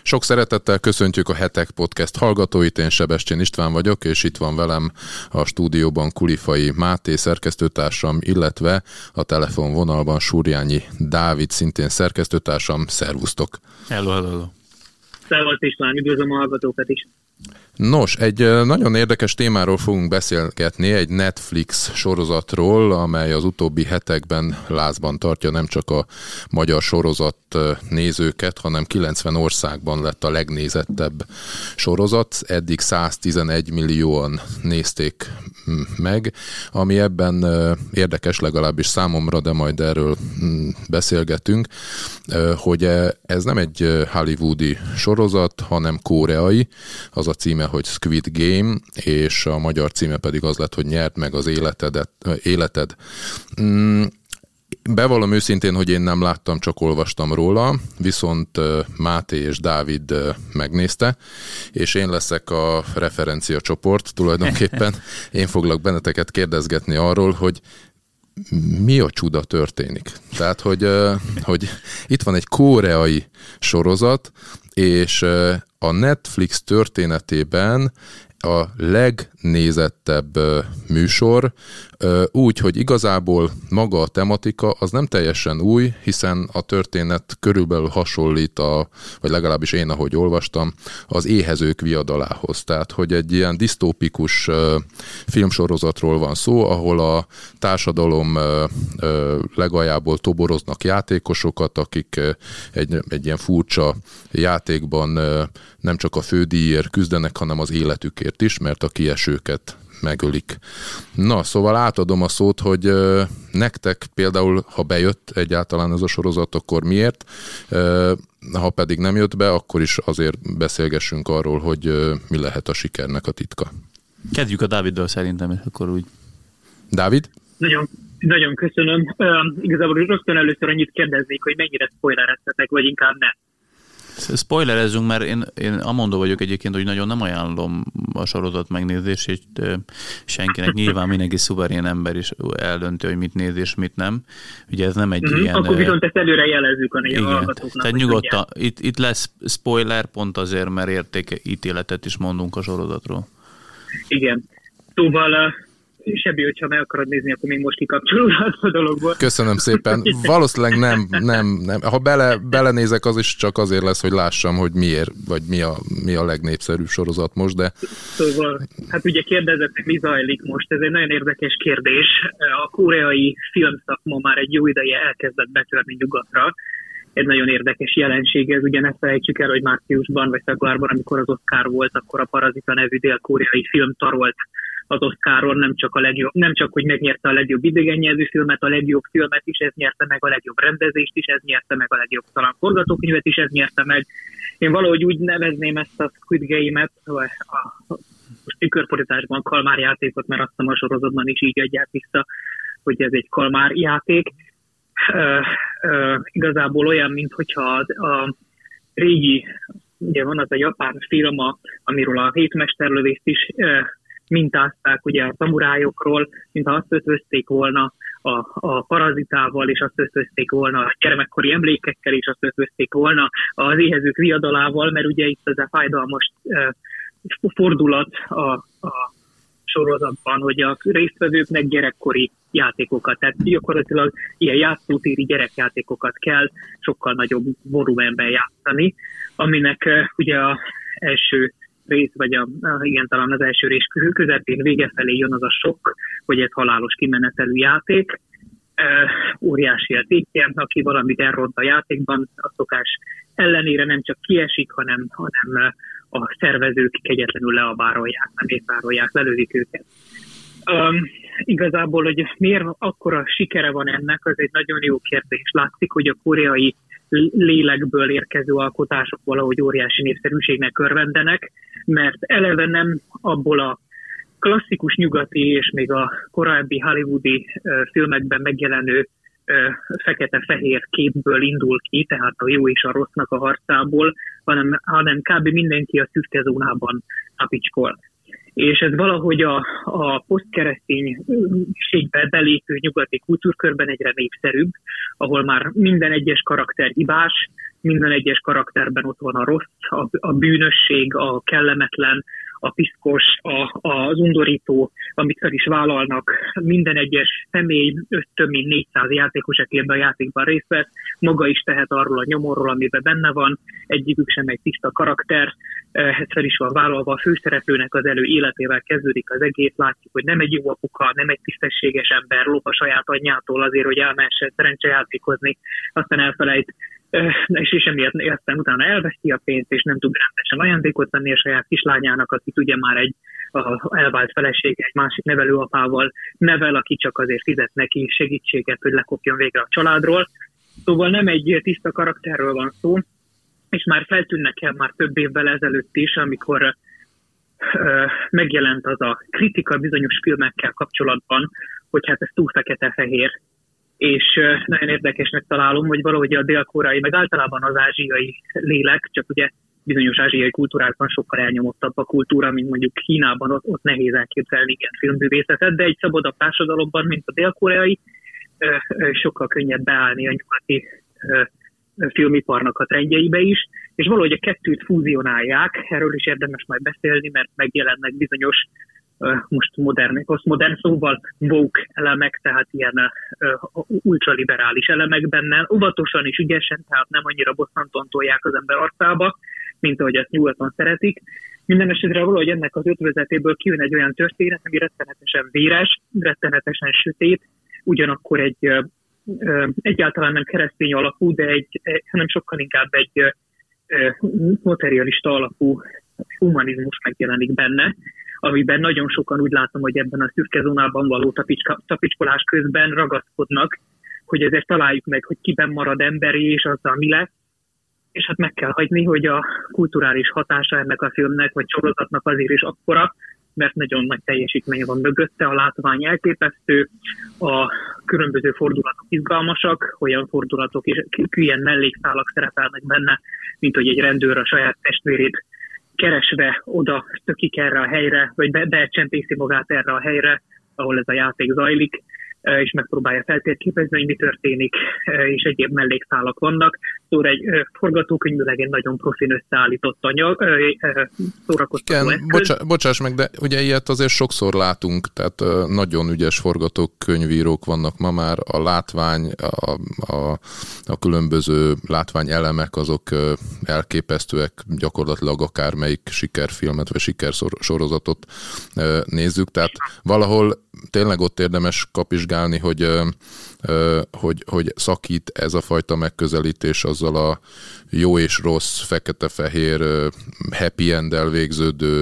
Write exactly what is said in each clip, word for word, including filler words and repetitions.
Sok szeretettel köszöntjük a Hetek Podcast hallgatóit, én Sebestyén István vagyok, és itt van velem a stúdióban Kulifai Máté szerkesztőtársam, illetve a telefonvonalban Surjányi Dávid, szintén szerkesztőtársam. Szervusztok! Hello, hello! Szervusz István, üdvözlöm a hallgatókat is! Nos, egy nagyon érdekes témáról fogunk beszélgetni, egy Netflix sorozatról, amely az utóbbi hetekben lázban tartja nem csak a magyar sorozat nézőket, hanem kilencven országban lett a legnézettebb sorozat. Eddig száztizenegy millióan nézték meg, ami ebben érdekes legalábbis számomra, de majd erről beszélgetünk, hogy ez nem egy hollywoodi sorozat, hanem koreai, az a címe, hogy Squid Game, és a magyar címe pedig az lett, hogy Nyerd meg az életedet, életed. Bevallom őszintén, hogy én nem láttam, csak olvastam róla, viszont Máté és Dávid megnézte, és én leszek a referencia csoport tulajdonképpen. Én foglak benneteket kérdezgetni arról, hogy mi a csuda történik. Tehát, hogy, hogy itt van egy koreai sorozat, és a Netflix történetében a legnézettebb műsor, úgy, hogy igazából maga a tematika az nem teljesen új, hiszen a történet körülbelül hasonlít, a, vagy legalábbis én, ahogy olvastam, az Éhezők viadalához. Tehát, hogy egy ilyen disztópikus filmsorozatról van szó, ahol a társadalom legaljából toboroznak játékosokat, akik egy, egy ilyen furcsa játékban nem csak a fődíjért küzdenek, hanem az életükért is, mert a kiesőket megölik. Na, szóval átadom a szót, hogy uh, nektek például, ha bejött egyáltalán ez a sorozat, akkor miért? Uh, ha pedig nem jött be, akkor is azért beszélgessünk arról, hogy uh, mi lehet a sikernek a titka. Kezdjük a Dáviddal szerintem, és akkor úgy. Dávid? Nagyon, nagyon köszönöm. Uh, igazából rögtön először annyit kérdeznék, hogy mennyire spoilereztetek, vagy inkább nem. Spoilerezzünk, mert én, én amondó vagyok egyébként, hogy nagyon nem ajánlom a sorozat megnézését senkinek. Nyilván mindenki szuverén ember is eldönti, hogy mit néz és mit nem. Ugye ez nem egy mm-hmm. ilyen... Akkor viszont ezt előre jelezzük a néző hallgatóknak. Tehát nyugodtan, itt, itt lesz spoiler pont azért, mert értékítéletet is mondunk a sorozatról. Igen. Szóval... Sebi, hogyha meg akarod nézni, akkor még most kikapcsolódhat a dologból. Köszönöm szépen. Valószínűleg nem, nem, nem. Ha bele, belenézek, az is csak azért lesz, hogy lássam, hogy miért, vagy mi a, mi a legnépszerűbb sorozat most, de... Szóval, hát ugye kérdezett, mi zajlik most. Ez egy nagyon érdekes kérdés. A koreai filmszakma már egy jó ideje elkezdett betörni nyugatra. Egy nagyon érdekes jelenség ez, ugye ne felejtsük el, hogy márciusban vagy februárban, amikor az Oscar volt, akkor a Parazita nevű dél-koreai film tarolt az Oscaron, nem csak, a legjobb, nem csak, hogy megnyerte a legjobb idegen nyelvű filmet, a legjobb filmet is, ez nyerte meg a legjobb rendezést is, ez nyerte meg a legjobb talán forgatókönyvet is, ez nyerte meg. Én valahogy úgy nevezném ezt a Squid Game-et, a, a, most tükörporításban kalmár játékot, mert azt a sorozatban is így adják vissza, hogy ez egy kalmár játék. Uh, uh, igazából olyan, mint hogyha a, a régi, ugye van az a japán film, amiről a hétmesterlövészt is uh, mintázták ugye a szamurájokról, mintha azt ötvözték volna a, a Parazitával, és azt ötvözték volna a gyermekkori emlékekkel, és azt ötvözték volna az Éhezők viadalával, mert ugye itt ez a fájdalmas uh, fordulat a, a sorozatban, hogy a résztvevőknek gyerekkori játékokat, tehát gyakorlatilag ilyen játszótéri gyerekjátékokat kell sokkal nagyobb volumenben játszani, aminek uh, ugye az első rész, vagy a, igen, talán az első rész közepén vége felé jön az a sok, hogy ez halálos kimenetelű játék. Uh, óriási a tétje, aki valamit elront a játékban, a szokás ellenére nem csak kiesik, hanem, hanem a szervezők kegyetlenül leabárolják, nem észárolják, lelődik őket. Um, igazából, hogy miért akkora sikere van ennek, az egy nagyon jó kérdés. Látszik, hogy a koreai lélekből érkező alkotások valahogy óriási népszerűségnek örvendenek, mert eleve nem abból a klasszikus nyugati és még a korábbi hollywoodi uh, filmekben megjelenő uh, fekete-fehér képből indul ki, tehát a jó és a rossznak a harcából, hanem, hanem kb. Mindenki a szürke zónában tapicskol. És ez valahogy a, a posztkereszténységbe belépő nyugati kultúrkörben egyre népszerűbb, ahol már minden egyes karakter hibás, minden egyes karakterben ott van a rossz, a, a bűnösség, a kellemetlen, a piszkos, a, az undorító, amit fel is vállalnak. Minden egyes személy, több mint négyszáz játékos, aki ebben a játékban részt vesz, maga is tehet arról a nyomorról, amiben benne van, egyikük sem egy tiszta karakter, ez fel is van vállalva, a főszereplőnek az elő életével kezdődik az egész, látjuk, hogy nem egy jó apuka, nem egy tisztességes ember, lop a saját anyjától azért, hogy elmehessen szerencsejátékozni, aztán elfelejt, és, és emiatt aztán utána elveszti a pénzt, és nem tud rendesen ajándékot venni a saját kislányának, akit ugye már egy a elvált felesége egy másik nevelőapával nevel, aki csak azért fizet neki segítséget, hogy lekopjon végre a családról. Szóval nem egy tiszta karakterről van szó, és már feltűnnek el már több évvel ezelőtt is, amikor ö, megjelent az a kritika bizonyos filmekkel kapcsolatban, hogy hát ez túl fekete-fehér. És ö, nagyon érdekesnek találom, hogy valahogy a dél-koreai, meg általában az ázsiai lélek, csak ugye bizonyos ázsiai kultúrákban sokkal elnyomottabb a kultúra, mint mondjuk Kínában, ott, ott nehéz elképzelni ilyen filmművészetet, de egy szabadabb társadalomban, mint a dél-koreai, ö, ö, sokkal könnyebb beállni a nyugati ö, filmiparnak a trendjeibe is, és valahogy a kettőt fúzionálják, erről is érdemes majd beszélni, mert megjelennek bizonyos uh, most modern, posztmodern szóval woke elemek, tehát ilyen uh, ultraliberális elemek benne, óvatosan és ügyesen, tehát nem annyira bosszanton tolják az ember arcába, mint ahogy ezt nyugaton szeretik. Minden esetre valahogy ennek az ötvözetéből kijön egy olyan történet, ami rettenetesen véres, rettenetesen sötét, ugyanakkor egy uh, egyáltalán nem keresztény alapú, de egy, hanem sokkal inkább egy materialista alapú humanizmus megjelenik benne, amiben nagyon sokan úgy látom, hogy ebben a szürke zónában való tapicska, tapicskolás közben ragaszkodnak, hogy ezért találjuk meg, hogy kiben marad emberi, és azzal mi lesz. És hát meg kell hagyni, hogy a kulturális hatása ennek a filmnek, vagy sorozatnak azért is akkora, mert nagyon nagy teljesítmény van mögötte, a látvány elképesztő, a különböző fordulatok izgalmasak, olyan fordulatok és ilyen mellékszálak szerepelnek benne, mint hogy egy rendőr a saját testvérét keresve oda tökik erre a helyre, vagy be, becsempészi magát erre a helyre, ahol ez a játék zajlik, és megpróbálja feltérképezni, hogy mi történik, és egyéb mellékszálak vannak. Szóval egy forgatókönyvileg egy nagyon profin összeállított anyag, szórakoztató eszköz. Bocsá, bocsáss meg, de ugye ilyet azért sokszor látunk, tehát nagyon ügyes forgatókönyvírók vannak ma már, a látvány, a, a, a különböző látványelemek azok elképesztőek, gyakorlatilag akármelyik sikerfilmet vagy sikersorozatot nézzük, tehát valahol tényleg ott érdemes kapizsgálni, hogy, hogy, hogy szakít ez a fajta megközelítés azzal a jó és rossz, fekete-fehér, happy end-el végződő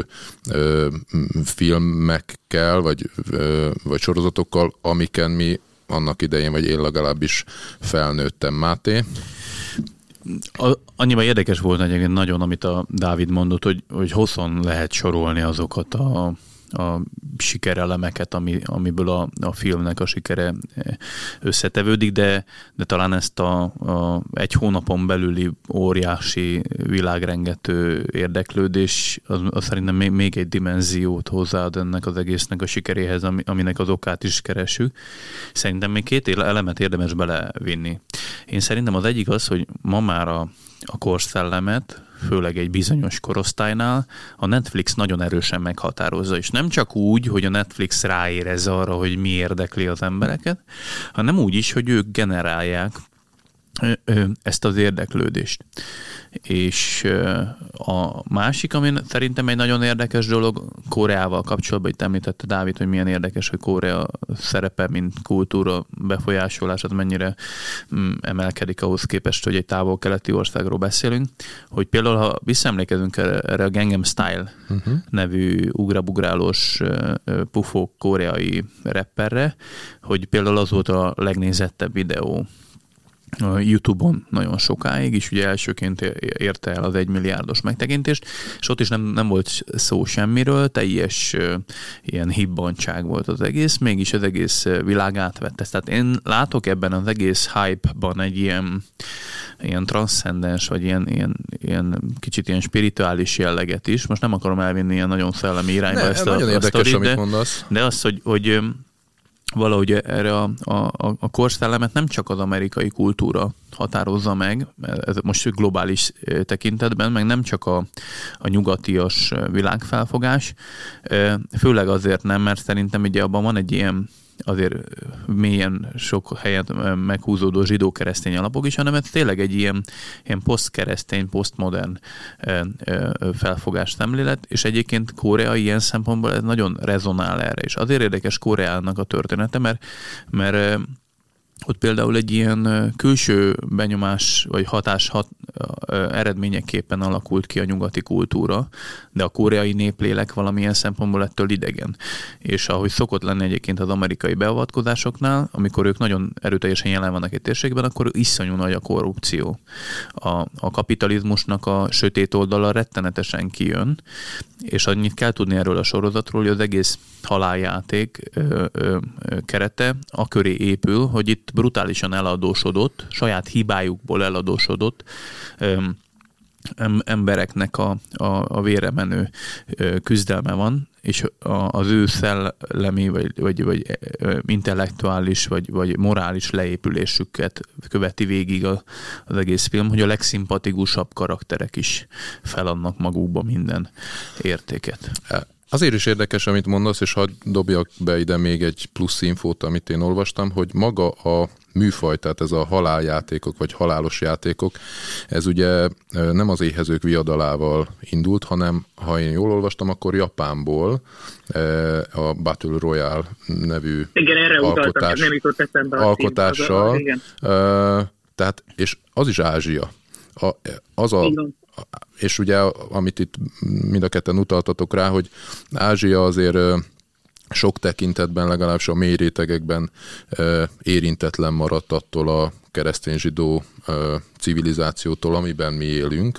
filmekkel, vagy, vagy sorozatokkal, amiken mi annak idején, vagy én legalábbis felnőttem. Máté? Annyiban érdekes volt egyébként nagyon, amit a Dávid mondott, hogy, hogy hosszan lehet sorolni azokat a a sikerelemeket, ami, amiből a, a filmnek a sikere összetevődik, de, de talán ezt a, a egy hónapon belüli óriási világrengető érdeklődés, az, az szerintem még, még egy dimenziót hozzáad ennek az egésznek a sikeréhez, ami, aminek az okát is keresünk. Szerintem még két elemet érdemes belevinni. Én szerintem az egyik az, hogy ma már a, a korszellemet, főleg egy bizonyos korosztálynál, a Netflix nagyon erősen meghatározza, és nem csak úgy, hogy a Netflix ráérez arra, hogy mi érdekli az embereket, hanem úgy is, hogy ők generálják ezt az érdeklődést. És a másik, ami szerintem egy nagyon érdekes dolog Koreával kapcsolatban, itt említette Dávid, hogy milyen érdekes, hogy Korea szerepe, mint kultúra befolyásolás, az mennyire emelkedik ahhoz képest, hogy egy távol-keleti országról beszélünk, hogy például, ha visszaemlékezünk erre a Gangnam Style uh-huh. nevű ugrabugrálós pufó koreai rapperre, hogy például az volt a legnézettebb videó a YouTube-on nagyon sokáig, és ugye elsőként érte el az egymilliárdos megtekintést, és ott is nem, nem volt szó semmiről, teljes uh, ilyen hibbantság volt az egész, mégis az egész világ átvette. Tehát én látok ebben az egész hype-ban egy ilyen, ilyen transzcendens, vagy ilyen, ilyen, ilyen kicsit ilyen spirituális jelleget is. Most nem akarom elvinni ilyen nagyon szellemi irányba ne, ezt a, nagyon a érdekes, sztorit, amit de, mondasz. de az, hogy, hogy valahogy erre a, a, a korszellemet nem csak az amerikai kultúra határozza meg, ez most globális tekintetben, meg nem csak a, a nyugatias világfelfogás, főleg azért nem, mert szerintem ugye abban van egy ilyen azért mélyen sok helyen meghúzódó zsidó-keresztény alapok is, hanem ez tényleg egy ilyen, ilyen posztkeresztény, posztmodern felfogás szemlélet, és egyébként Korea ilyen szempontból ez nagyon rezonál erre, és azért érdekes Koreának a története, mert, mert ott például egy ilyen külső benyomás vagy hatás hat, eredményeképpen alakult ki a nyugati kultúra, de a koreai néplélek valamilyen szempontból ettől idegen. És ahogy szokott lenni egyébként az amerikai beavatkozásoknál, amikor ők nagyon erőteljesen jelen vannak egy térségben, akkor iszonyú nagy a korrupció. A, a kapitalizmusnak a sötét oldala rettenetesen kijön, és annyit kell tudni erről a sorozatról, hogy az egész haláljáték ö, ö, kerete a köré épül, hogy itt brutálisan eladósodott, saját hibájukból eladósodott ö, embereknek a, a, a vére menő ö, küzdelme van, és a, az ő szellemi, vagy, vagy, vagy intellektuális, vagy, vagy morális leépülésüket követi végig a, az egész film, hogy a legszimpatikusabb karakterek is feladnak magukba minden értéket. Azért is érdekes, amit mondasz, és hadd dobjak be ide még egy plusz infót, amit én olvastam, hogy maga a műfaj, tehát ez a haláljátékok, vagy halálos játékok, ez ugye nem az éhezők viadalával indult, hanem, ha én jól olvastam, akkor Japánból a Battle Royale nevű igen, erre alkotás, utaltam, nem jutott eszembe a alkotással, cím, tehát, és az is Ázsia. A, az a, és ugye, amit itt mind a ketten utaltatok rá, hogy Ázsia azért sok tekintetben, legalábbis a mély rétegekben érintetlen maradt attól a keresztény-zsidó civilizációtól, amiben mi élünk.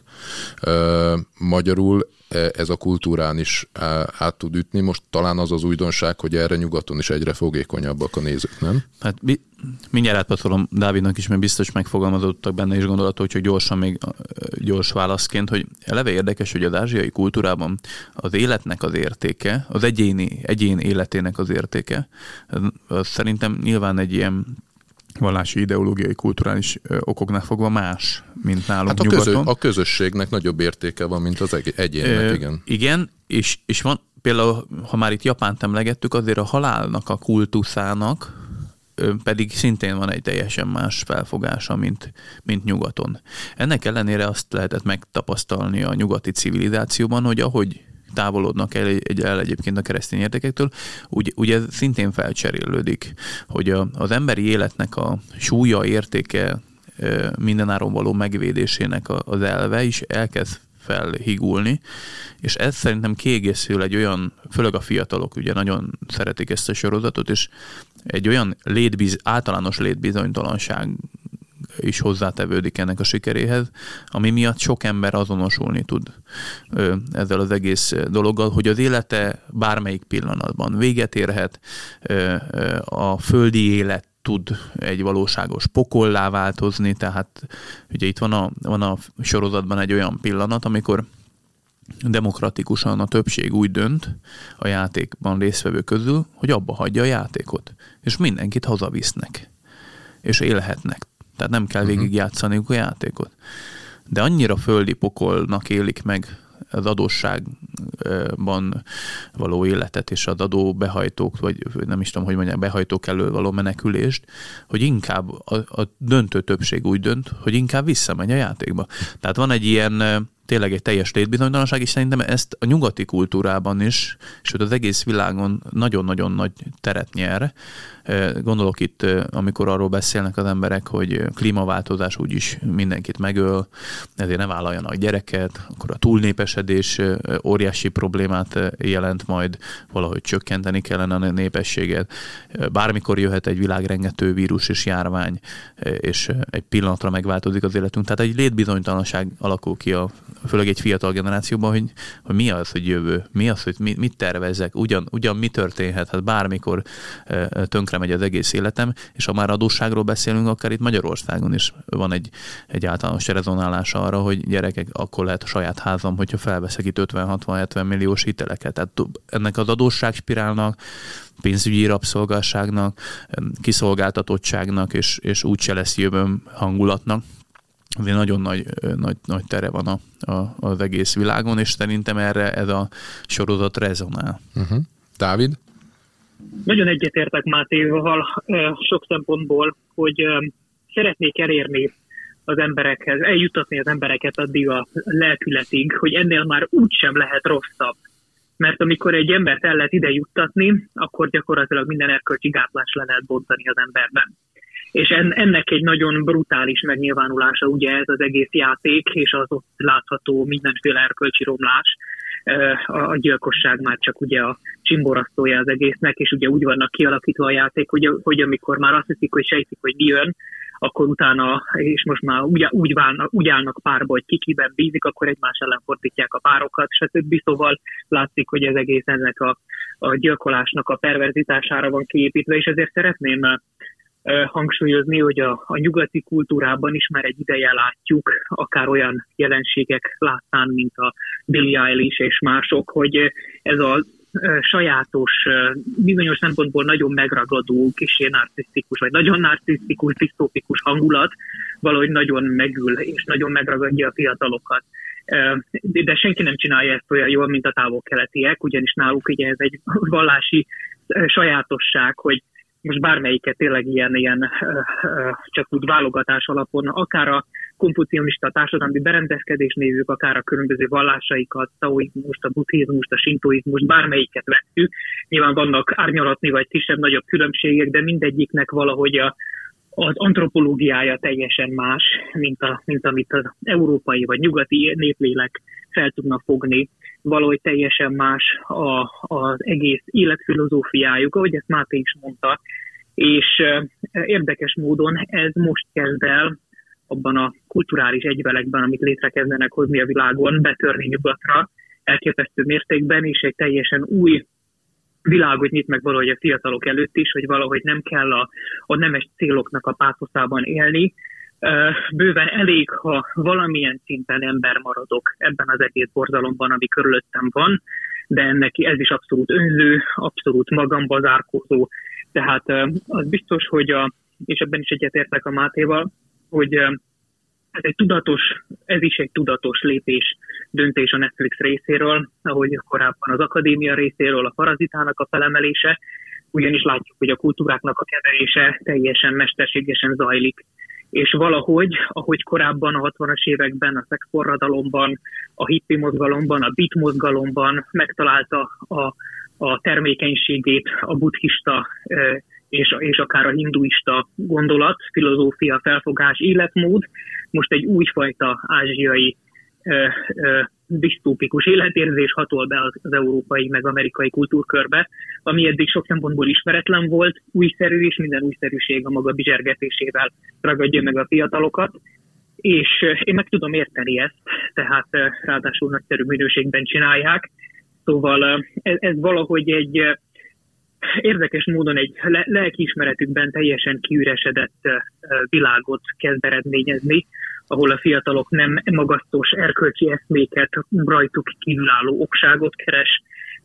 Magyarul ez a kultúrán is át tud ütni. Most talán az az újdonság, hogy erre nyugaton is egyre fogékonyabbak a nézők, nem? Hát mi, mindjárt átpasszolom Dávidnak is, mert biztos megfogalmazottak benne is gondolatok, hogy gyorsan még gyors válaszként, hogy eleve érdekes, hogy az ázsiai kultúrában az életnek az értéke, az egyéni, egyén életének az értéke, az szerintem nyilván egy ilyen vallási, ideológiai, kulturális okoknál fogva más, mint nálunk hát a nyugaton. Közö, a közösségnek nagyobb értéke van, mint az egyénnek, igen. E, igen, és, és van például, ha már itt Japánt emlegettük, azért a halálnak a kultuszának pedig szintén van egy teljesen más felfogása, mint, mint nyugaton. Ennek ellenére azt lehetett megtapasztalni a nyugati civilizációban, hogy ahogy távolodnak el, egy, el egyébként a keresztény értékektől, úgy, ugye szintén felcserélődik, hogy a, az emberi életnek a súlya, értéke, mindenáron való megvédésének az elve is elkezd felhigulni, és ez szerintem kiegészül egy olyan, főleg a fiatalok ugye nagyon szeretik ezt a sorozatot, és egy olyan létbiz, általános létbizonytalanság is hozzátevődik ennek a sikeréhez, ami miatt sok ember azonosulni tud ö, ezzel az egész dologgal, hogy az élete bármelyik pillanatban véget érhet, ö, ö, a földi élet tud egy valóságos pokollá változni, tehát ugye itt van a, van a sorozatban egy olyan pillanat, amikor demokratikusan a többség úgy dönt a játékban résztvevő közül, hogy abba hagyja a játékot, és mindenkit hazavisznek, és élhetnek. Tehát nem kell végigjátszaniuk a játékot. De annyira földi pokolnak élik meg az adósságban való életet, és az adóbehajtók, vagy nem is tudom, hogy mondják, behajtók elől való menekülést, hogy inkább a, a döntő többség úgy dönt, hogy inkább visszamegy a játékba. Tehát van egy ilyen tényleg egy teljes létbizonytalanság, és szerintem ezt a nyugati kultúrában is, sőt az egész világon nagyon-nagyon nagy teret nyer. Gondolok itt, amikor arról beszélnek az emberek, hogy klímaváltozás úgyis mindenkit megöl, ezért ne vállaljanak gyereket, akkor a túlnépesedés óriási problémát jelent, majd valahogy csökkenteni kellene a népességet. Bármikor jöhet egy világrengető vírus és járvány, és egy pillanatra megváltozik az életünk. Tehát egy létbizonytalanság alakul ki a főleg egy fiatal generációban, hogy, hogy mi az, hogy jövő, mi az, hogy mit, mit tervezek, ugyan, ugyan mi történhet, hát bármikor tönkre megy az egész életem, és ha már adósságról beszélünk, akár itt Magyarországon is van egy, egy általános rezonálása arra, hogy gyerekek, akkor lehet a saját házam, hogyha felveszek itt ötven-hatvan-hetven milliós hiteleket. Tehát ennek az adósságspirálnak, pénzügyi rabszolgasságnak, kiszolgáltatottságnak, és, és úgyse lesz jövőm hangulatnak. Azért nagyon nagy, nagy, nagy tere van a, a, az egész világon, és szerintem erre ez a sorozat rezonál. Uh-huh. Dávid? Nagyon egyetértek Mátéval sok szempontból, hogy szeretnék elérni az emberekhez, eljutatni az embereket addig a lelkületig, hogy ennél már úgysem lehet rosszabb. Mert amikor egy embert el lehet ide juttatni, akkor gyakorlatilag minden erkölcsi gátlás le lehet bontani az emberben. És ennek egy nagyon brutális megnyilvánulása ugye ez az egész játék, és az ott látható mindenféle erkölcsi romlás. A gyilkosság már csak ugye a csimborasztója az egésznek, és ugye úgy vannak kialakítva a játék, hogy, hogy amikor már azt hiszik, hogy sejtik, hogy mi jön, akkor utána, és most már úgy, úgy, válnak, úgy állnak párba, hogy ki kiben bízik, akkor egymás ellen fordítják a párokat, stb. Szóval látszik, hogy ez egész ennek a, a gyilkolásnak a perverzitására van kiépítve, és ezért szeretném hangsúlyozni, hogy a, a nyugati kultúrában is már egy ideje látjuk, akár olyan jelenségek láttán, mint a Billie Eilish és mások, hogy ez a sajátos, bizonyos szempontból nagyon megragadó, kissé narcisztikus, vagy nagyon narcisztikus, disztópikus hangulat valahogy nagyon megül, és nagyon megragadja a fiatalokat. De senki nem csinálja ezt olyan jól, mint a távol-keletiek, ugyanis náluk ugye ez egy vallási sajátosság, hogy most bármelyiket tényleg ilyen, ilyen csak úgy válogatás alapon, akár a konfucianista társadalmi berendezkedést nézzük, akár a különböző vallásaikat, taoizmust, a buddhizmust, a sintoizmust, bármelyiket vettük. Nyilván vannak árnyalatni vagy kisebb-nagyobb különbségek, de mindegyiknek valahogy a, az antropológiája teljesen más, mint, a, mint amit az európai vagy nyugati néplélek fel tudna fogni. Valahogy teljesen más a, az egész életfilozófiájuk, ahogy ezt Máté is mondta, és érdekes módon ez most kezd el abban a kulturális egyvelekben, amit létre kezdenek hozni a világon, betörni nyugatra elképesztő mértékben, és egy teljesen új világot nyit meg valahogy a fiatalok előtt is, hogy valahogy nem kell a, a nemes céloknak a pátoszában élni. Bőven elég, ha valamilyen szinten ember maradok ebben az egész borzalomban, ami körülöttem van, de ennek ez is abszolút önző, abszolút magamba zárkózó. Tehát az biztos, hogy a, és ebben is egyetértek a Mátéval, hogy ez egy tudatos, ez is egy tudatos lépés, döntés a Netflix részéről, ahogy korábban az akadémia részéről a Parazitának a felemelése, ugyanis látjuk, hogy a kultúráknak a keverése teljesen mesterségesen zajlik. És valahogy, ahogy korábban a hatvanas években, a szexforradalomban, a hippi mozgalomban, a beat mozgalomban megtalálta a, a termékenységét a buddhista és, és akár a hinduista gondolat, filozófia, felfogás, életmód, most egy újfajta ázsiai ö, ö, disztópikus életérzés hatol be az, az európai meg amerikai kultúrkörbe, ami eddig sok szempontból ismeretlen volt, újszerű, és minden újszerűség a maga bizsergetésével ragadja meg a fiatalokat, és én meg tudom érteni ezt, tehát ráadásul nagyszerű minőségben csinálják, szóval ez, ez valahogy egy érdekes módon egy lelkiismeretükben teljesen kiüresedett világot kezd eredményezni, ahol a fiatalok nem magasztos erkölcsi eszméket, rajtuk kívülálló okságot keres,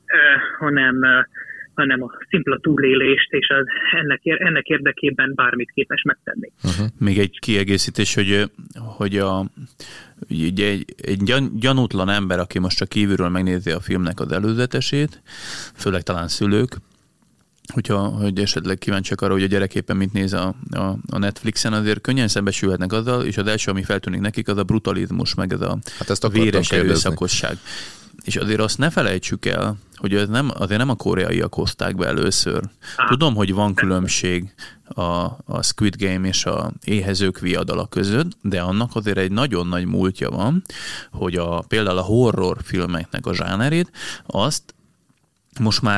hanem, hanem a szimpla túlélést, és az ennek, ennek érdekében bármit képes megtenni. Uh-huh. Még egy kiegészítés, hogy, hogy a, ugye egy, egy gyanútlan ember, aki most csak kívülről megnézi a filmnek az előzetesét, főleg talán szülők, hogyha hogy esetleg kíváncsiak arra, hogy a gyerek éppen mit néz a, a, a Netflixen, azért könnyen szembesülhetnek azzal, és az első, ami feltűnik nekik, az a brutalizmus, meg ez a hát véres erőszakosság. És azért azt ne felejtsük el, hogy ez nem, azért nem a koreaiak hozták be először. Tudom, hogy van különbség a, a Squid Game és a Éhezők viadala között, de annak azért egy nagyon nagy múltja van, hogy a, például a horror filmeknek a zsánerét, azt most már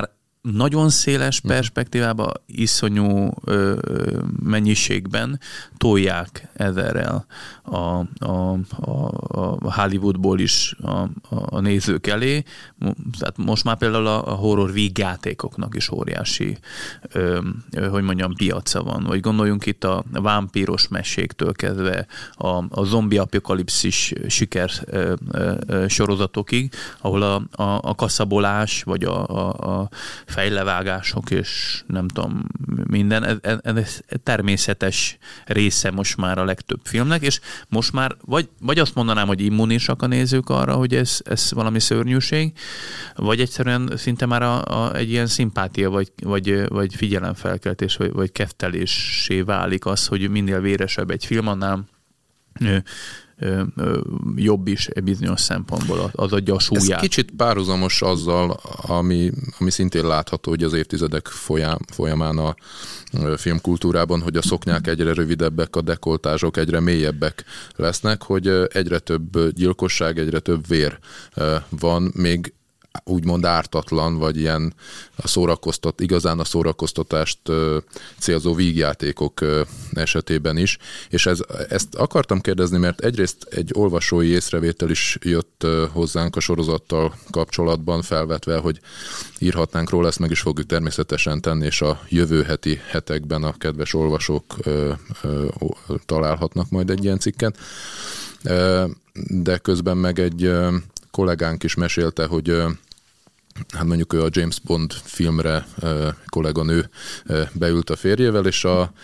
nagyon széles perspektívában, iszonyú ö, mennyiségben tolják ezerrel a, a, a, a Hollywoodból is a, a, a nézők elé. Tehát most már például a, a horror vígjátékoknak is óriási, ö, ö, hogy mondjam, piaca van. Vagy gondoljunk itt a vámpíros meséktől kezdve a, a zombi apokalipszis siker ö, ö, sorozatokig, ahol a, a, a kaszabolás, vagy a, a, a fejlevágások, és nem tudom, minden, ez, ez, ez természetes része most már a legtöbb filmnek, és most már vagy, vagy azt mondanám, hogy immunisak a nézők arra, hogy ez, ez valami szörnyűség, vagy egyszerűen szinte már a, a, egy ilyen szimpátia, vagy, vagy, vagy figyelemfelkeltés, vagy, vagy keftelésé válik az, hogy minél véresebb egy film, annál ö, Ö, ö, jobb is bizonyos szempontból, az adja a súlyát. Ez kicsit párhuzamos azzal, ami, ami szintén látható, hogy az évtizedek folyam, folyamán a filmkultúrában, hogy a szoknyák egyre rövidebbek, a dekoltázsok egyre mélyebbek lesznek, hogy egyre több gyilkosság, egyre több vér van, még úgymond ártatlan, vagy ilyen a szórakoztat, igazán a szórakoztatást ö, célzó vígjátékok ö, esetében is. És ez, ezt akartam kérdezni, mert egyrészt egy olvasói észrevétel is jött ö, hozzánk a sorozattal kapcsolatban, felvetve, hogy írhatnánk róla, ezt meg is fogjuk természetesen tenni, és a jövő heti hetekben a kedves olvasók ö, ö, ö, találhatnak majd egy ilyen cikket. Ö, de közben meg egy ö, kollégánk is mesélte, hogy hát mondjuk ő a James Bond filmre kolléganő beült a férjével, és a,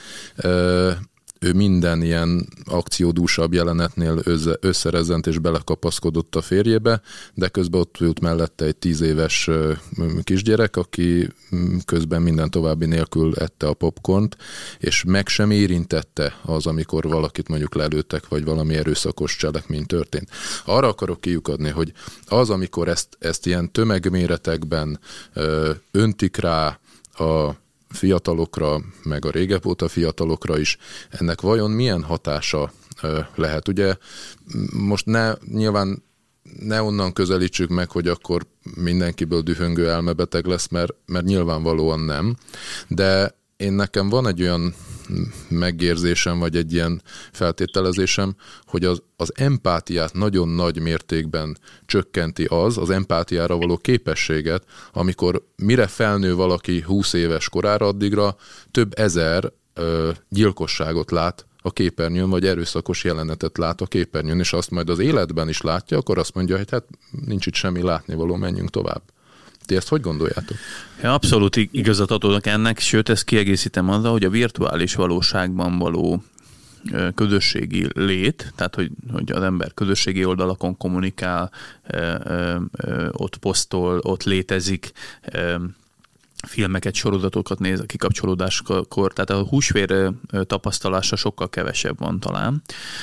ő minden ilyen akciódúsabb jelenetnél összerezzent és belekapaszkodott a férjébe, de közben ott ült mellette egy tíz éves kisgyerek, aki közben minden további nélkül ette a popcornt, és meg sem érintette az, amikor valakit mondjuk lelőttek, vagy valami erőszakos cselekmény történt. Arra akarok kiukadni, hogy az, amikor ezt, ezt ilyen tömegméretekben ö, öntik rá a fiatalokra, meg a régebb óta fiatalokra is, ennek vajon milyen hatása lehet? Ugye most ne, nyilván ne onnan közelítsük meg, hogy akkor mindenkiből dühöngő elmebeteg lesz, mert, mert nyilvánvalóan nem, de én nekem van egy olyan megérzésem, vagy egy ilyen feltételezésem, hogy az, az empátiát nagyon nagy mértékben csökkenti az, az empátiára való képességet, amikor mire felnő valaki húsz éves korára, addigra több ezer ö, gyilkosságot lát a képernyőn, vagy erőszakos jelenetet lát a képernyőn, és azt majd az életben is látja, akkor azt mondja, hogy hát nincs itt semmi látnivaló, menjünk tovább. Ti ezt hogy gondoljátok? Ja, abszolút igazat adok ennek, sőt, ezt kiegészítem azzal, hogy a virtuális valóságban való közösségi lét, tehát hogy, hogy az ember közösségi oldalakon kommunikál, ott posztol, ott létezik, filmeket, sorozatokat néz a kikapcsolódáskor, tehát a húsvér tapasztalása sokkal kevesebb van talán,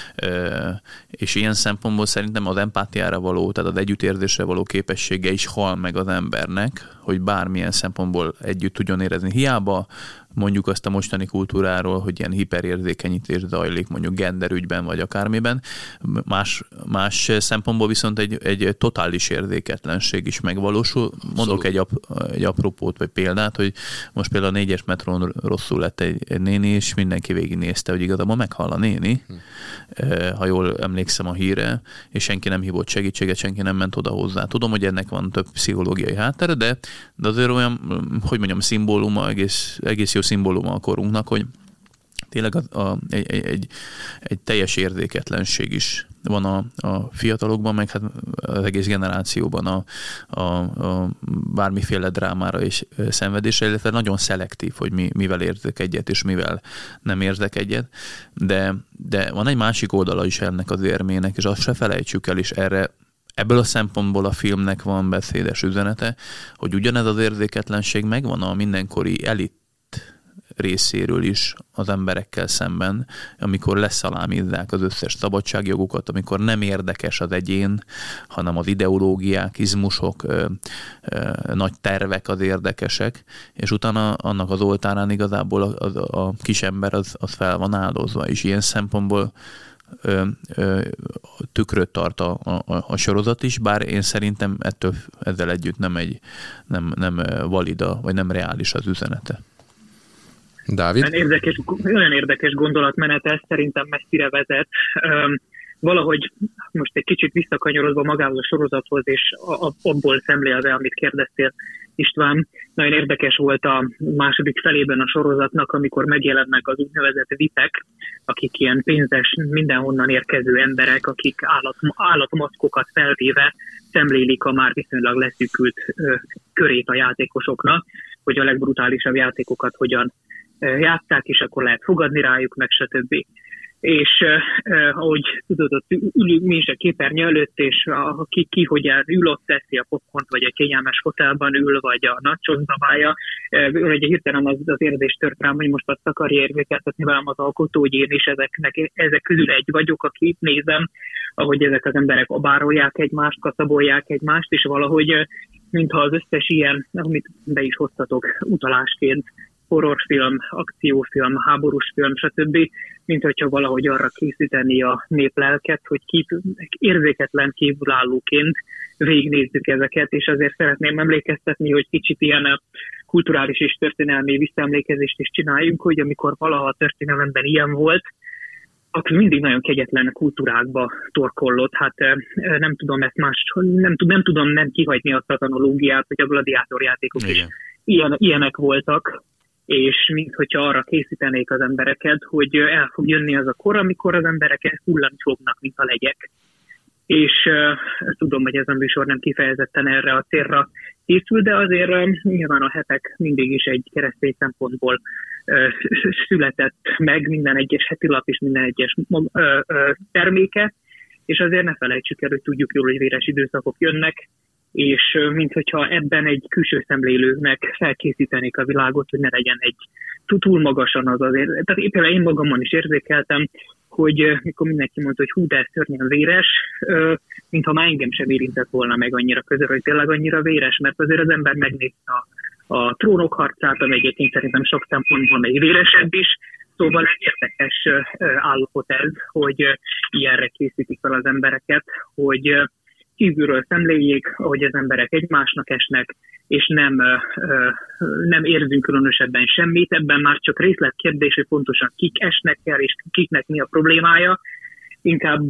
és ilyen szempontból szerintem az empátiára való, tehát az együttérzésre való képessége is hal meg az embernek, hogy bármilyen szempontból együtt tudjon érezni. Hiába mondjuk azt a mostani kultúráról, hogy ilyen hiperérzékenyítés zajlik mondjuk genderügyben vagy akármiben. Más, más szempontból viszont egy, egy totális érzéketlenség is megvalósul. Mondok egy, ap, egy apropót vagy példát, hogy most például a négyes metrón rosszul lett egy, egy néni, és mindenki végignézte, hogy igazából meghal a néni, hm. ha jól emlékszem a híre, és senki nem hívott segítséget, senki nem ment oda hozzá. Tudom, hogy ennek van több pszichológiai háttere, de, de azért olyan, hogy mondjam, szimbóluma, egész, egész jó szimbóluma a korunknak, hogy tényleg a, a, egy, egy, egy teljes érzéketlenség is van a, a fiatalokban, meg hát az egész generációban a, a, a bármiféle drámára és szenvedésre, illetve nagyon szelektív, hogy mi, mivel érzek egyet, és mivel nem érzek egyet, de, de van egy másik oldala is ennek az érmének, és azt se felejtsük el, és erre ebből a szempontból a filmnek van beszédes üzenete, hogy ugyanez az érzéketlenség megvan a mindenkori elit részéről is az emberekkel szemben, amikor leszalámizzák az összes szabadságjogokat, amikor nem érdekes az egyén, hanem az ideológiák, izmusok, ö, ö, nagy tervek az érdekesek, és utána annak az oltárán igazából a, a, a kis ember az, az fel van áldozva, és ilyen szempontból ö, ö, tükröt tart a, a, a sorozat is, bár én szerintem ettől ezzel együtt nem, egy, nem, nem valida, vagy nem reális az üzenete. Dávid? Olyan érdekes, olyan érdekes gondolatmenet, ez szerintem messzire vezet. Um, valahogy most egy kicsit visszakanyarodva magához a sorozathoz, és abból szemlélve, amit kérdeztél, István, nagyon érdekes volt a második felében a sorozatnak, amikor megjelennek az úgynevezett vipek, akik ilyen pénzes, mindenhonnan érkező emberek, akik állat, állatmaszkokat felvéve szemlélik a már viszonylag leszűkült ö, körét a játékosoknak, hogy a legbrutálisabb játékokat hogyan ö, játsszák, és akkor lehet fogadni rájuk, meg stb. És eh, ahogy tudod, ott ülünk mi is a képernyő előtt, és a, ki, ki hogyan ül, ott teszi a popcornt, vagy a kényelmes fotelban ül, vagy a nachos zabálja. Eh, ugye hirtelen az, az érzés tört rám, hogy most azt akarja érzékeltetni velem az alkotó, hogy én is ezeknek, ezek közül egy vagyok, aki itt nézem, ahogy ezek az emberek abárolják egymást, kaszabolják egymást, és valahogy eh, mintha az összes ilyen, amit be is hoztatok utalásként, horrorfilm, akciófilm, háborús film, stb., mint hogyha valahogy arra készíteni a néplelket, hogy kép, érzéketlen kívülállóként végignézzük ezeket, és azért szeretném emlékeztetni, hogy kicsit ilyen kulturális és történelmi visszaemlékezést is csináljunk, hogy amikor valaha a történelemben ilyen volt, akkor mindig nagyon kegyetlen kultúrákba torkollott. Hát nem tudom ezt más, nem, nem tudom nem kihagyni azt a tanológiát, hogy a gladiátorjátékok is ilyen, ilyenek voltak, és minthogyha arra készítenék az embereket, hogy el fog jönni az a kor, amikor az emberek hullani fognak, mint a legyek. És uh, tudom, hogy ez a műsor nem kifejezetten erre a célra készül, de azért uh, nyilván a hetek mindig is egy keresztény szempontból uh, született meg, minden egyes heti lap és minden egyes uh, uh, terméke, és azért ne felejtsük el, hogy tudjuk jól, hogy véres időszakok jönnek, és minthogyha ebben egy külső szemlélőnek felkészítenék a világot, hogy ne legyen egy túl magasan az azért. Tehát éppen én magamon is érzékeltem, hogy mikor mindenki mondta, hogy hú, de ez szörnyen véres, mintha már engem sem érintett volna meg annyira közel, hogy tényleg annyira véres, mert azért az ember megnézte a, a trónok harcát, ami egyébként szerintem sok szempontból még véresebb is, szóval egy érdekes állapot ez, hogy ilyenre készítik fel az embereket, hogy kívülről szemléljék, ahogy az emberek egymásnak esnek, és nem, nem érzünk különösebben semmit. Ebben már csak részletkérdés, hogy pontosan kik esnek el, és kiknek mi a problémája. Inkább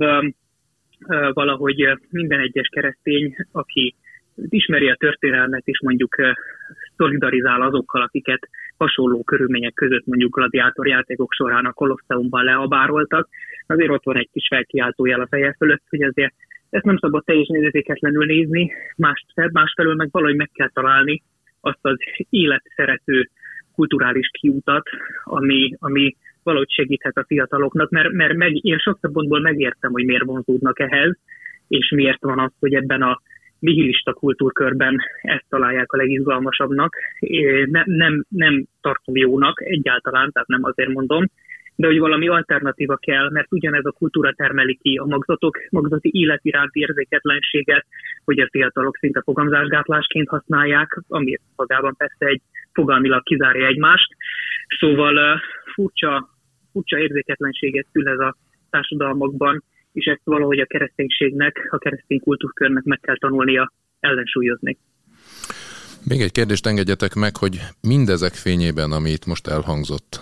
valahogy minden egyes keresztény, aki ismeri a történelmet, és mondjuk szolidarizál azokkal, akiket hasonló körülmények között mondjuk gladiátorjátékok során a Kolosseumban leabároltak, azért ott van egy kis felkiáltójel a feje fölött, hogy azért ezt nem szabad teljesen érzéketlenül nézni, másfelől meg valahogy meg kell találni azt az életszerető kulturális kiutat, ami, ami valahogy segíthet a fiataloknak, mert, mert meg, én sok szempontból megértem, hogy miért vonzódnak ehhez, és miért van az, hogy ebben a nihilista kultúrkörben ezt találják a legizgalmasabbnak. Nem, nem, nem tartom jónak egyáltalán, tehát nem azért mondom, de hogy valami alternatíva kell, mert ugyanez a kultúra termeli ki a magzatok, magzati élet iránti érzéketlenséget, hogy a fiatalok szinte fogamzásgátlásként használják, ami magában persze egy fogalmilag kizárja egymást. Szóval furcsa, furcsa érzéketlenséget szül ez a társadalmakban, és ezt valahogy a kereszténységnek, a keresztény kultúrkörnek meg kell tanulnia ellensúlyozni. Még egy kérdést engedjetek meg, hogy mindezek fényében, ami itt most elhangzott,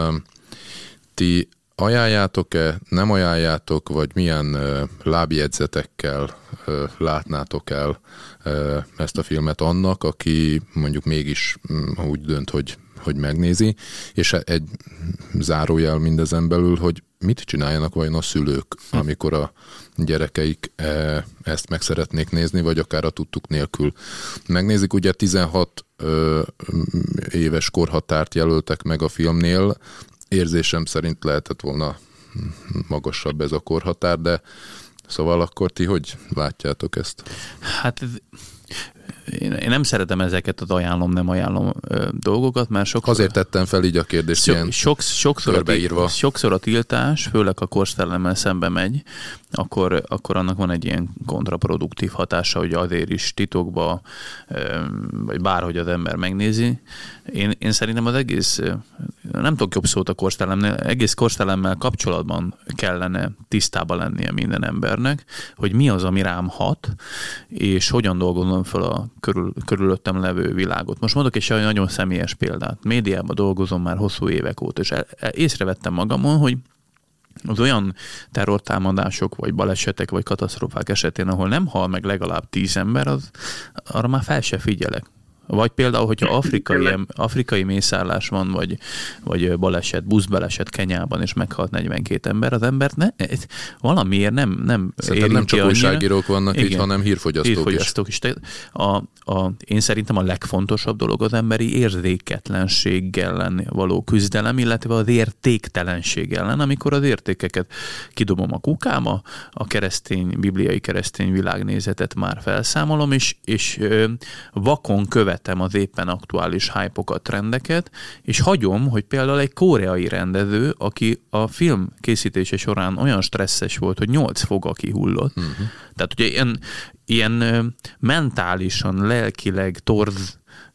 ti ajánljátok-e, nem ajánljátok, vagy milyen uh, lábjegyzetekkel uh, látnátok el uh, ezt a filmet annak, aki mondjuk mégis um, úgy dönt, hogy, hogy megnézi, és egy zárójel mindezen belül, hogy mit csináljanak vajon a szülők, amikor a gyerekeik uh, ezt meg szeretnék nézni, vagy akár a tudtuk nélkül megnézik. Ugye tizenhat uh, éves korhatárt jelöltek meg a filmnél, érzésem szerint lehetett volna magasabb ez a korhatár, de szóval akkor ti hogy látjátok ezt? Hát én, én nem szeretem ezeket az ajánlom, nem ajánlom ö, dolgokat, mert sokszor... Azért tettem fel így a kérdést so, ilyen sok, sokszor, a, sokszor a tiltás, főleg a korszellemmel szembe megy, akkor, akkor annak van egy ilyen kontraproduktív hatása, hogy azért is titokba, vagy bárhogy az ember megnézi. Én, én szerintem az egész, nem tudok jobb szót a korszellemmel, egész korszellemmel kapcsolatban kellene tisztában lennie minden embernek, hogy mi az, ami rám hat, és hogyan dolgozom fel a körül, körülöttem levő világot. Most mondok egy nagyon személyes példát. Médiában dolgozom már hosszú évek óta, és észrevettem magamon, hogy az olyan terrortámadások, vagy balesetek, vagy katasztrófák esetén, ahol nem hal meg legalább tíz ember, az, arra már fel se figyelek. Vagy például, hogyha afrikai, afrikai mészárlás van, vagy, vagy baleset, buszbaleset Kenyában, és meghalt negyvenkét ember, az embert ne, valamiért nem, nem Szerintem nem csak újságírók vannak igen, itt, hanem hírfogyasztók, hírfogyasztók is. is. A, a, én szerintem a legfontosabb dolog az emberi érzéketlenség ellen való küzdelem, illetve az értéktelenség ellen, amikor az értékeket kidobom a kukába, a keresztény, bibliai keresztény világnézetet már felszámolom, és, és ö, vakon követ az éppen aktuális hype-okat, trendeket, és hagyom, hogy például egy koreai rendező, aki a film készítése során olyan stresszes volt, hogy nyolc foga kihullott. Uh-huh. Tehát ugye ilyen, ilyen mentálisan, lelkileg torz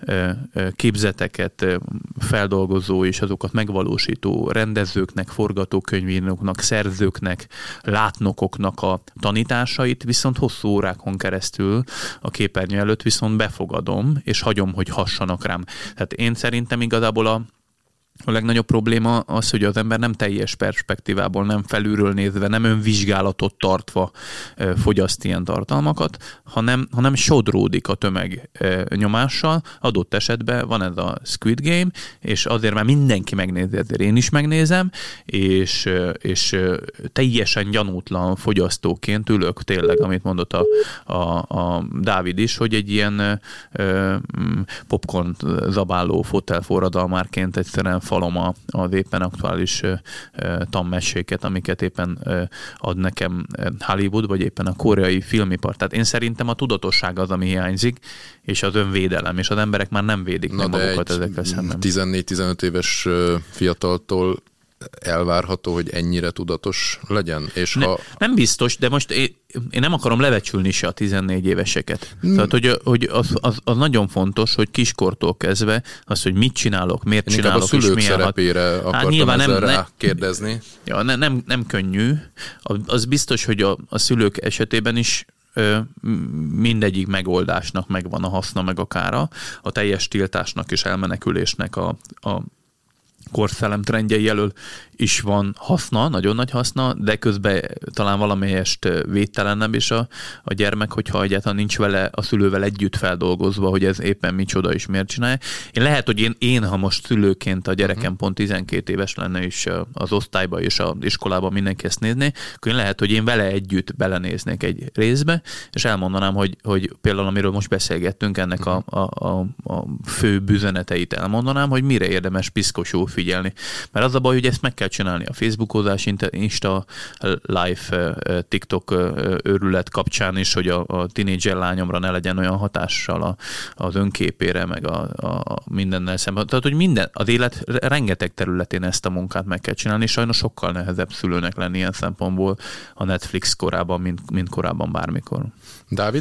képzeteket feldolgozó és azokat megvalósító rendezőknek, forgatókönyvíróknak, szerzőknek, látnokoknak a tanításait viszont hosszú órákon keresztül a képernyő előtt viszont befogadom, és hagyom, hogy hassanak rám. Tehát én szerintem igazából a A legnagyobb probléma az, hogy az ember nem teljes perspektívából, nem felülről nézve, nem önvizsgálatot tartva fogyaszt ilyen tartalmakat, hanem, hanem sodródik a tömeg nyomással. Adott esetben van ez a Squid Game, és azért már mindenki megnézi, ezért én is megnézem, és, és teljesen gyanútlan fogyasztóként ülök tényleg, amit mondott a, a, a Dávid is, hogy egy ilyen popcorn zabáló fotelforradalmárként egyszerűen falom a, az éppen aktuális uh, tanmesséket, amiket éppen uh, ad nekem Hollywood, vagy éppen a koreai filmipar. Tehát én szerintem a tudatosság az, ami hiányzik, és az önvédelem, és az emberek már nem védik meg magukat ezekkel szemben. tizennégy-tizenöt éves fiataltól elvárható, hogy ennyire tudatos legyen? És ne, ha... Nem biztos, de most én, én nem akarom lebecsülni se a tizennégy éveseket. Hmm. Tehát, hogy, hogy az, az, az nagyon fontos, hogy kiskortól kezdve az, hogy mit csinálok, miért én csinálok, a szülők és milyen szerepére hát, akartam nyilván ezzel nem, rákérdezni. Ja, ne, nem, nem könnyű. Az biztos, hogy a, a szülők esetében is mindegyik megoldásnak megvan a haszna meg a kára. A teljes tiltásnak és elmenekülésnek a, a korszellem trendjei elől is van haszna, nagyon nagy haszna, de közben talán valamelyest védtelenebb is a, a gyermek, hogyha egyáltalán nincs vele, a szülővel együtt feldolgozva, hogy ez éppen micsoda és miért csinálja. Én lehet, hogy én, én ha most szülőként a gyerekem uh-huh. pont tizenkét éves lenne, és az osztályba és az iskolában mindenki ezt nézné, akkor én lehet, hogy én vele együtt belenéznék egy részbe, és elmondanám, hogy, hogy például amiről most beszélgettünk, ennek uh-huh. a, a, a, a fő üzeneteit elmondanám, hogy mire érdemes piszkosul figyelni. Mert az a baj, hogy ezt meg kell csinálni a Facebookozás, Insta, live, TikTok őrület kapcsán is, hogy a, a tínédzser lányomra ne legyen olyan hatással a, az önképére, meg a, a mindennel szemben. Tehát, hogy minden, az élet rengeteg területén ezt a munkát meg kell csinálni, és sajnos sokkal nehezebb szülőnek lenni ilyen szempontból a Netflix korában, mint, mint korábban bármikor. Dávid?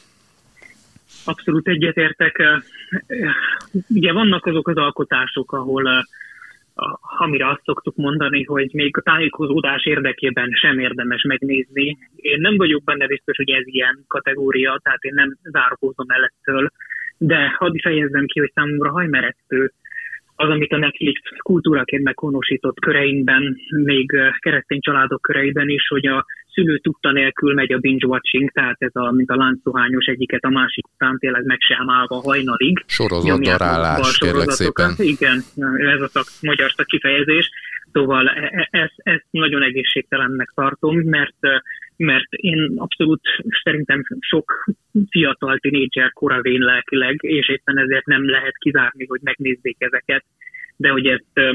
Abszolút egyetértek. Ugye vannak azok az alkotások, ahol amire azt szoktuk mondani, hogy még a tájékozódás érdekében sem érdemes megnézni. Én nem vagyok benne biztos, hogy ez ilyen kategória, tehát én nem zárkózom el ettől, de hadd fejezzem ki, hogy számomra hajmeresztő az, amit a Netflix kultúraként meghonosított köreinkben, még keresztény családok köreiben is, hogy a szülő tudta nélkül megy a binge-watching, tehát ez a, mint a láncdohányos egyiket a másik után tényleg meg sem állva hajnalig. Sorozatdarálás, kérlek szépen. Igen, ez a szak, magyar kifejezés. Szóval ezt, ezt nagyon egészségtelennek tartom, mert, mert én abszolút szerintem sok fiatal tínédzser koravén lelkileg, és éppen ezért nem lehet kizárni, hogy megnézzék ezeket, de hogy ezt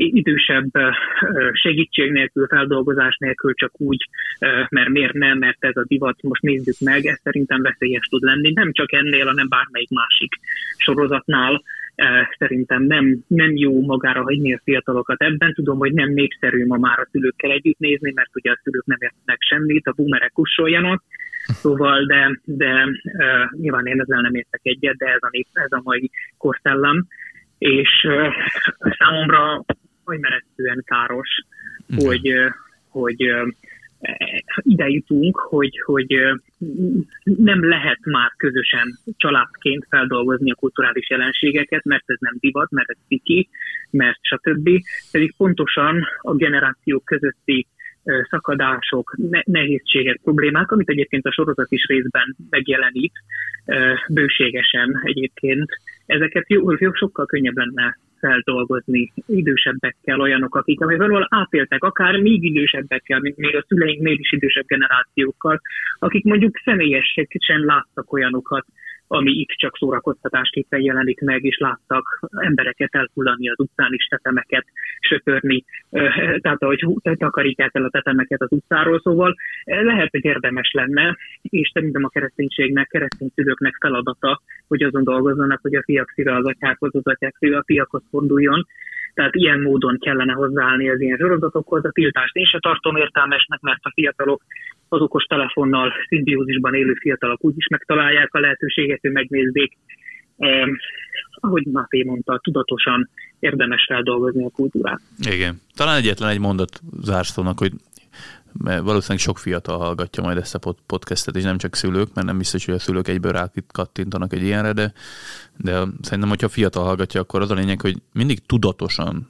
idősebb segítség nélkül, feldolgozás nélkül csak úgy, mert miért nem, mert ez a divat, most nézzük meg, ez szerintem veszélyes tud lenni, nem csak ennél, hanem bármelyik másik sorozatnál. Szerintem nem, nem jó magára hagyni a fiatalokat ebben. Tudom, hogy nem népszerű ma már a szülőkkel együtt nézni, mert ugye a szülők nem értenek semmit, a boomerek kussoljanak, szóval, de, de uh, nyilván én ezzel nem értek egyet, de ez a, nép, ez a mai korszellem, és uh, számomra nagymeresztően káros, mm. hogy, uh, hogy uh, ide jutunk, hogy, hogy nem lehet már közösen családként feldolgozni a kulturális jelenségeket, mert ez nem divat, mert ez ciki, mert stb. Pedig pontosan a generációk közötti szakadások, nehézségek, problémák, amit egyébként a sorozat is részben megjelenít, bőségesen egyébként, ezeket jó, jó, sokkal könnyebb lenne feldolgozni idősebbekkel, olyanok, akik valahol átéltek, akár még idősebbekkel, még a szüleinknél is idősebb generációkkal, akik mondjuk személyesen láttak olyanokat, ami itt csak szórakoztatásképpen jelenik meg, és láttak embereket elhullani az utcán is, tetemeket söpörni, tehát ahogy takarítják el a tetemeket az utcáról, szóval lehet, hogy érdemes lenne, és szerintem a kereszténységnek, keresztény szülőknek feladata, hogy azon dolgozzanak, hogy a fiak szíve az atyákhoz, az atyák szíve a fiakhoz forduljon. Tehát ilyen módon kellene hozzáállni az ilyen sorozatokhoz. A tiltást én se tartom értelmesnek, mert a fiatalok az okos telefonnal szimbiózisban élő fiatalok úgyis megtalálják a lehetőséget, hogy megnézzék. Eh, ahogy Máté mondta, tudatosan érdemes feldolgozni a kultúrát. Igen. Talán egyetlen egy mondat zárszónak, hogy valószínűleg sok fiatal hallgatja majd ezt a podcastet, és nem csak szülők, mert nem biztos, hogy a szülők egyből rákattintanak egy ilyenre, de, de szerintem, hogyha fiatal hallgatja, akkor az a lényeg, hogy mindig tudatosan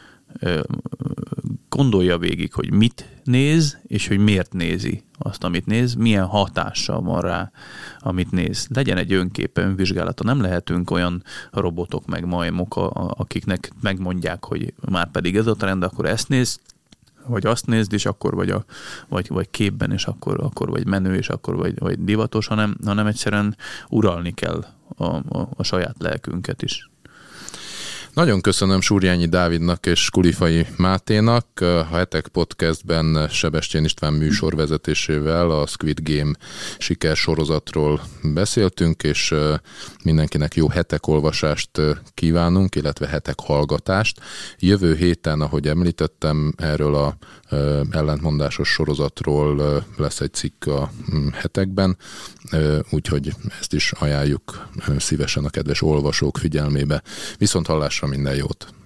gondolja végig, hogy mit néz, és hogy miért nézi azt, amit néz, milyen hatással van rá, amit néz. Legyen egy önképe, önvizsgálata. Nem lehetünk olyan robotok, meg majmok, akiknek megmondják, hogy már pedig ez a trend, akkor ezt néz, vagy azt nézd, és akkor vagy, a, vagy, vagy képben, és akkor, akkor vagy menő, és akkor vagy, vagy divatos, hanem, hanem egyszerűen uralni kell a, a, a saját lelkünket is. Nagyon köszönöm Súrjányi Dávidnak és Kulifai Máténak. A Hetek Podcastben Sebestyén István műsor vezetésével a Squid Game sikersorozatról beszéltünk, és mindenkinek jó hetek olvasást kívánunk, illetve hetek hallgatást. Jövő héten, ahogy említettem, erről a ellentmondásos sorozatról lesz egy cikk a hetekben, úgyhogy ezt is ajánljuk szívesen a kedves olvasók figyelmébe. Viszont hallásra, minden jót!